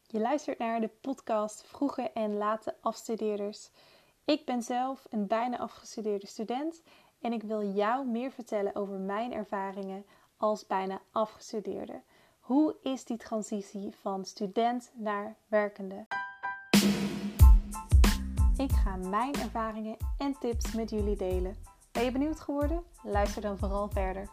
Je luistert naar de podcast Vroege en Late Afstudeerders. Ik ben zelf een bijna afgestudeerde student en ik wil jou meer vertellen over mijn ervaringen als bijna afgestudeerde. Hoe is die transitie van student naar werkende? Ik ga mijn ervaringen en tips met jullie delen. Ben je benieuwd geworden? Luister dan vooral verder.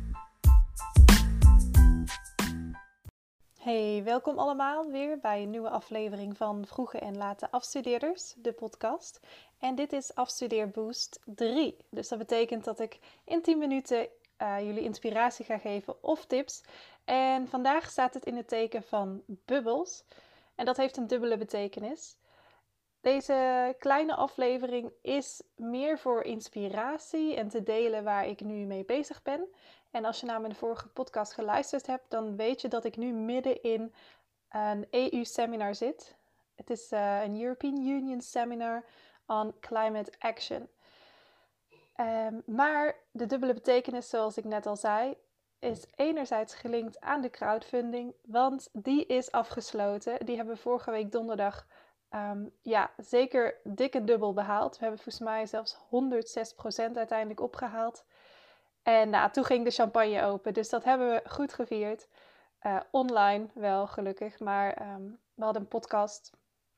Hey, welkom allemaal weer bij een nieuwe aflevering van Vroege en Late Afstudeerders, de podcast. En dit is Afstudeerboost 3. Dus dat betekent dat ik in 10 minuten jullie inspiratie ga geven of tips. En vandaag staat het in het teken van bubbels. En dat heeft een dubbele betekenis. Deze kleine aflevering is meer voor inspiratie en te delen waar ik nu mee bezig ben. En als je naar mijn vorige podcast geluisterd hebt, dan weet je dat ik nu midden in een EU-seminar zit. Het is een European Union Seminar on Climate Action. Maar de dubbele betekenis, zoals ik net al zei, is enerzijds gelinkt aan de crowdfunding, want die is afgesloten. Die hebben we vorige week donderdag zeker dik en dubbel behaald. We hebben volgens mij zelfs 106% uiteindelijk opgehaald. En toen ging de champagne open, dus dat hebben we goed gevierd. Online wel, gelukkig, maar we hadden een podcast.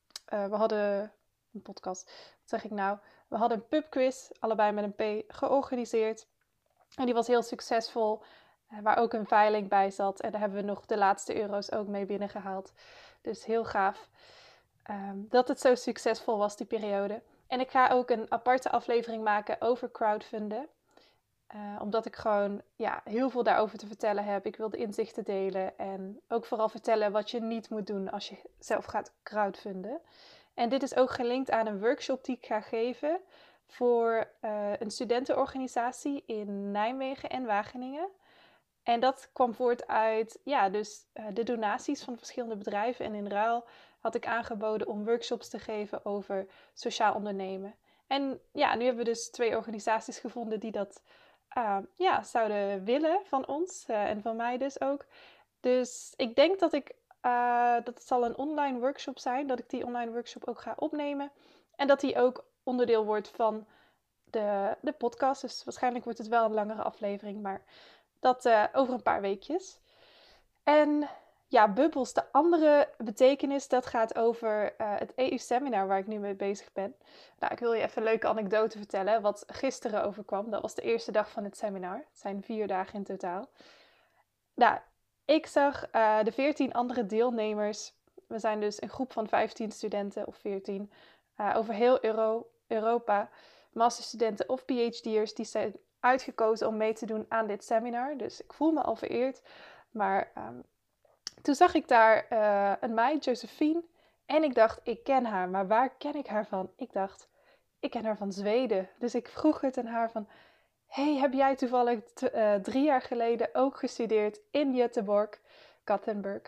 Wat zeg ik nou? We hadden een pubquiz, allebei met een P, georganiseerd. En die was heel succesvol, waar ook een veiling bij zat. En daar hebben we nog de laatste euro's ook mee binnengehaald. Dus heel gaaf dat het zo succesvol was, die periode. En ik ga ook een aparte aflevering maken over crowdfunden. Omdat ik gewoon heel veel daarover te vertellen heb. Ik wil de inzichten delen en ook vooral vertellen wat je niet moet doen als je zelf gaat crowdfunden. En dit is ook gelinkt aan een workshop die ik ga geven voor een studentenorganisatie in Nijmegen en Wageningen. En dat kwam voort uit de donaties van verschillende bedrijven. En in ruil had ik aangeboden om workshops te geven over sociaal ondernemen. En ja, nu hebben we dus 2 organisaties gevonden die dat zouden willen van ons en van mij dus ook. Dus ik denk dat dat het zal een online workshop zijn, dat ik die online workshop ook ga opnemen. En dat die ook onderdeel wordt van de podcast. Dus waarschijnlijk wordt het wel een langere aflevering, maar dat over een paar weekjes. En ja, bubbels, de andere betekenis, dat gaat over het EU-seminar waar ik nu mee bezig ben. Nou, ik wil je even een leuke anekdote vertellen, wat gisteren overkwam. Dat was de eerste dag van het seminar. Het zijn 4 dagen in totaal. Nou, ik zag de 14 andere deelnemers. We zijn dus een groep van 15 studenten of 14 over heel Europa. Masterstudenten of PhD'ers die zijn uitgekozen om mee te doen aan dit seminar. Dus ik voel me al vereerd. Maar toen zag ik daar een meid, Josephine. En ik dacht, ik ken haar. Maar waar ken ik haar van? Ik dacht, ik ken haar van Zweden. Dus ik vroeg het aan haar van, hey, heb jij toevallig 3 jaar geleden ook gestudeerd in Gothenburg,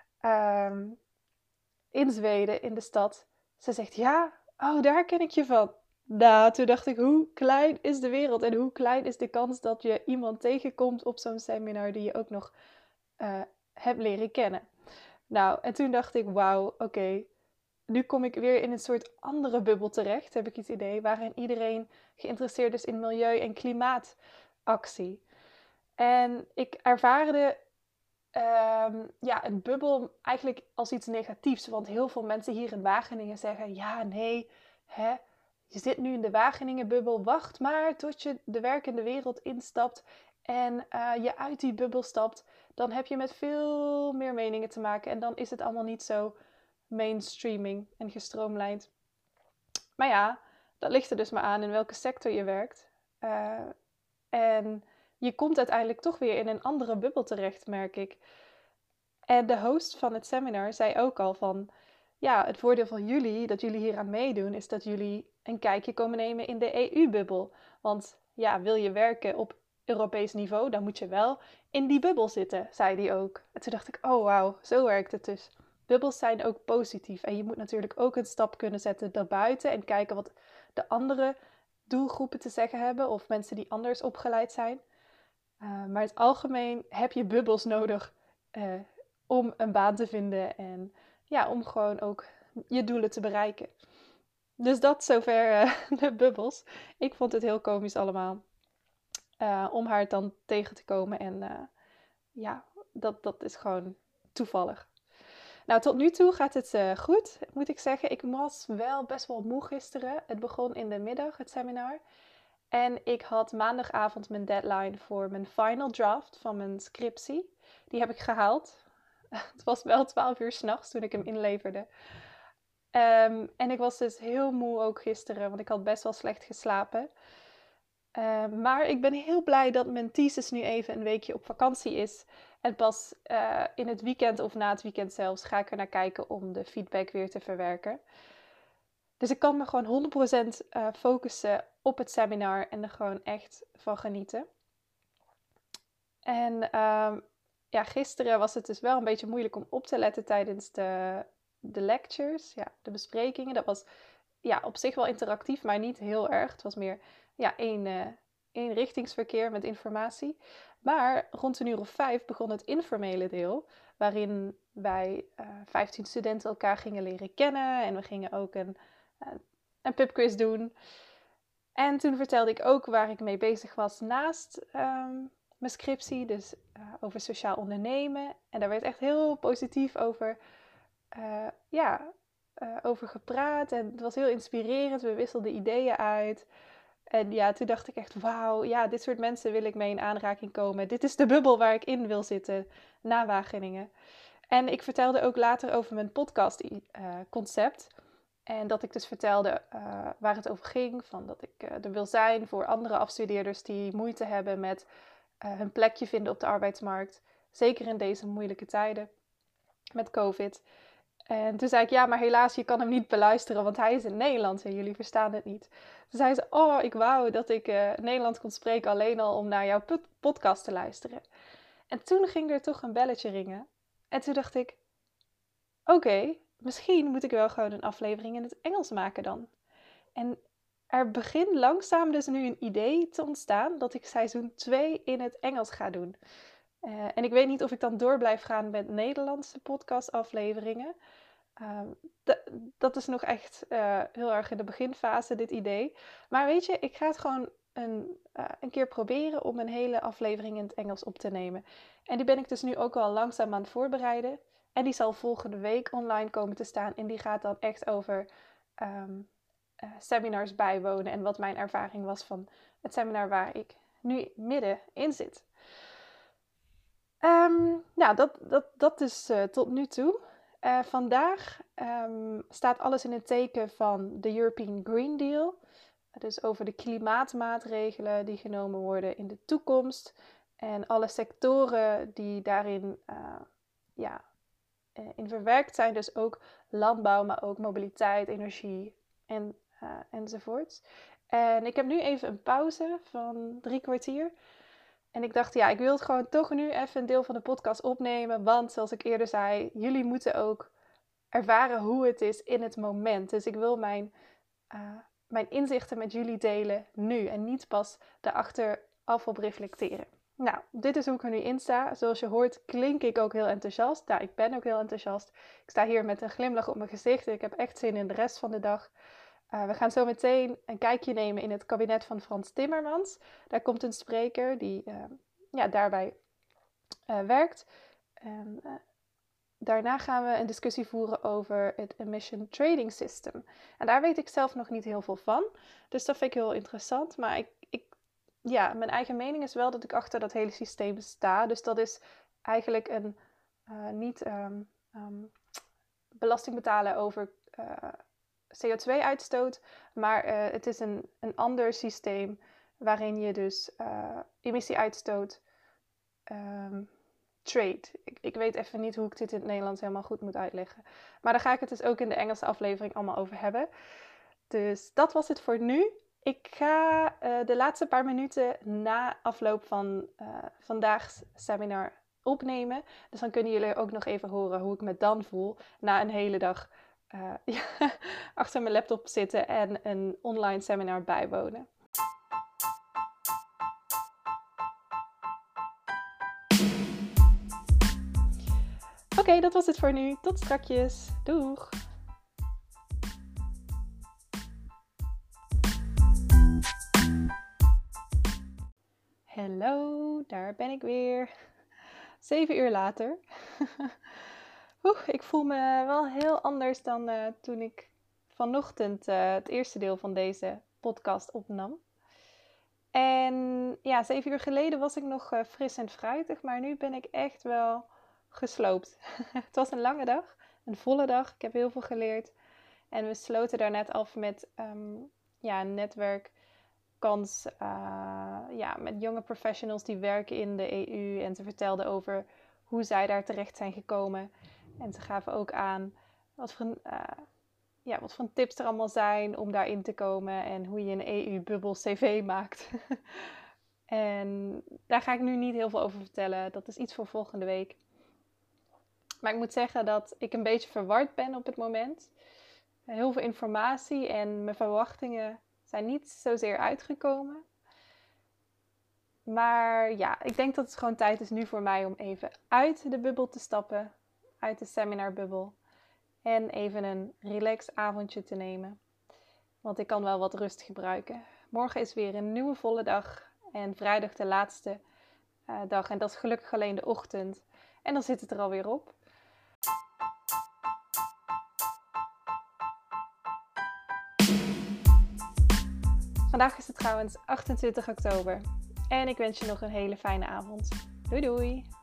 in Zweden, in de stad? Ze zegt, ja, oh, daar ken ik je van. Nou, toen dacht ik, hoe klein is de wereld en hoe klein is de kans dat je iemand tegenkomt op zo'n seminar die je ook nog hebt leren kennen. Nou, en toen dacht ik, wauw, oké. Nu kom ik weer in een soort andere bubbel terecht, heb ik het idee, waarin iedereen geïnteresseerd is in milieu- en klimaatactie. En ik ervaarde een bubbel eigenlijk als iets negatiefs, want heel veel mensen hier in Wageningen zeggen, ja, nee, hè, je zit nu in de Wageningen-bubbel, wacht maar tot je de werkende wereld instapt en je uit die bubbel stapt. Dan heb je met veel meer meningen te maken en dan is het allemaal niet zo mainstreaming en gestroomlijnd. Maar ja, dat ligt er dus maar aan in welke sector je werkt. En je komt uiteindelijk toch weer in een andere bubbel terecht, merk ik. En de host van het seminar zei ook al van, ja, het voordeel van jullie, dat jullie hier aan meedoen, is dat jullie een kijkje komen nemen in de EU-bubbel. Want ja, wil je werken op Europees niveau, dan moet je wel in die bubbel zitten, zei hij ook. En toen dacht ik, oh wauw, zo werkt het dus. Bubbels zijn ook positief. En je moet natuurlijk ook een stap kunnen zetten daarbuiten en kijken wat de andere doelgroepen te zeggen hebben of mensen die anders opgeleid zijn. Maar in het algemeen heb je bubbels nodig om een baan te vinden en om gewoon ook je doelen te bereiken. Dus dat zover de bubbels. Ik vond het heel komisch allemaal. Om haar dan tegen te komen. En dat is gewoon toevallig. Nou, tot nu toe gaat het goed, moet ik zeggen. Ik was wel best wel moe gisteren. Het begon in de middag, het seminar. En ik had maandagavond mijn deadline voor mijn final draft van mijn scriptie. Die heb ik gehaald. Het was wel 12 uur 's nachts toen ik hem inleverde. En ik was dus heel moe ook gisteren, want ik had best wel slecht geslapen. Maar ik ben heel blij dat mijn thesis nu even een weekje op vakantie is. En pas in het weekend of na het weekend zelfs ga ik er naar kijken om de feedback weer te verwerken. Dus ik kan me gewoon 100% focussen op het seminar en er gewoon echt van genieten. En gisteren was het dus wel een beetje moeilijk om op te letten tijdens de lectures, de besprekingen. Dat was op zich wel interactief, maar niet heel erg. Het was meer één richtingsverkeer met informatie. Maar rond 5:00 begon het informele deel, waarin wij 15 studenten elkaar gingen leren kennen. En we gingen ook een pubquiz doen. En toen vertelde ik ook waar ik mee bezig was naast mijn scriptie, dus over sociaal ondernemen. En daar werd echt heel positief over gepraat. En het was heel inspirerend. We wisselden ideeën uit. En toen dacht ik echt, wauw, dit soort mensen wil ik mee in aanraking komen. Dit is de bubbel waar ik in wil zitten na Wageningen. En ik vertelde ook later over mijn podcast-concept. En dat ik dus vertelde waar het over ging. Van dat ik er wil zijn voor andere afstudeerders die moeite hebben met hun plekje vinden op de arbeidsmarkt. Zeker in deze moeilijke tijden met COVID. En toen zei ik, maar helaas, je kan hem niet beluisteren, want hij is in Nederland en jullie verstaan het niet. Toen zei ze, ik wou dat ik Nederlands kon spreken alleen al om naar jouw podcast te luisteren. En toen ging er toch een belletje ringen. En toen dacht ik, oké, misschien moet ik wel gewoon een aflevering in het Engels maken dan. En er begint langzaam dus nu een idee te ontstaan dat ik seizoen 2 in het Engels ga doen. En ik weet niet of ik dan door blijf gaan met Nederlandse podcastafleveringen. Dat is nog echt heel erg in de beginfase, dit idee. Maar weet je, ik ga het gewoon een keer proberen om een hele aflevering in het Engels op te nemen. En die ben ik dus nu ook al langzaam aan het voorbereiden. En die zal volgende week online komen te staan. En die gaat dan echt over seminars bijwonen. En wat mijn ervaring was van het seminar waar ik nu midden in zit. Dat is tot nu toe. Vandaag staat alles in het teken van de European Green Deal. Dus over de klimaatmaatregelen die genomen worden in de toekomst. En alle sectoren die daarin in verwerkt zijn. Dus ook landbouw, maar ook mobiliteit, energie enzovoorts. En ik heb nu even een pauze van 3 kwartier. En ik dacht, ik wil het gewoon toch nu even een deel van de podcast opnemen. Want zoals ik eerder zei, jullie moeten ook ervaren hoe het is in het moment. Dus ik wil mijn inzichten met jullie delen nu. En niet pas daarachteraf op reflecteren. Nou, dit is hoe ik er nu in sta. Zoals je hoort klink ik ook heel enthousiast. Ja, ik ben ook heel enthousiast. Ik sta hier met een glimlach op mijn gezicht. Ik heb echt zin in de rest van de dag. We gaan zo meteen een kijkje nemen in het kabinet van Frans Timmermans. Daar komt een spreker die daarbij werkt. Daarna gaan we een discussie voeren over het Emission Trading System. En daar weet ik zelf nog niet heel veel van. Dus dat vind ik heel interessant. Maar mijn eigen mening is wel dat ik achter dat hele systeem sta. Dus dat is eigenlijk een niet belasting betalen over CO2-uitstoot. Maar het is een ander systeem waarin je dus emissieuitstoot trade. Ik weet even niet hoe ik dit in het Nederlands helemaal goed moet uitleggen. Maar daar ga ik het dus ook in de Engelse aflevering allemaal over hebben. Dus dat was het voor nu. Ik ga de laatste paar minuten na afloop van vandaags seminar opnemen. Dus dan kunnen jullie ook nog even horen hoe ik me dan voel na een hele dag achter mijn laptop zitten en een online seminar bijwonen. Oké, Oké, dat was het voor nu. Tot strakjes. Doeg! Hallo, daar ben ik weer. 7 uur later. Ik voel me wel heel anders dan toen ik vanochtend het eerste deel van deze podcast opnam. En ja, 7 uur geleden was ik nog fris en fruitig, maar nu ben ik echt wel gesloopt. Het was een lange dag, een volle dag. Ik heb heel veel geleerd. En we sloten daar net af met een netwerkkans met jonge professionals die werken in de EU. En ze vertelden over hoe zij daar terecht zijn gekomen. En ze gaven ook aan wat voor tips er allemaal zijn om daarin te komen. En hoe je een EU-bubbel cv maakt. En daar ga ik nu niet heel veel over vertellen. Dat is iets voor volgende week. Maar ik moet zeggen dat ik een beetje verward ben op het moment. Heel veel informatie en mijn verwachtingen zijn niet zozeer uitgekomen. Maar ja, ik denk dat het gewoon tijd is nu voor mij om even uit de bubbel te stappen. Uit de seminarbubbel. En even een relax avondje te nemen. Want ik kan wel wat rust gebruiken. Morgen is weer een nieuwe volle dag. En vrijdag de laatste dag. En dat is gelukkig alleen de ochtend. En dan zit het er alweer op. Vandaag is het trouwens 28 oktober. En ik wens je nog een hele fijne avond. Doei doei!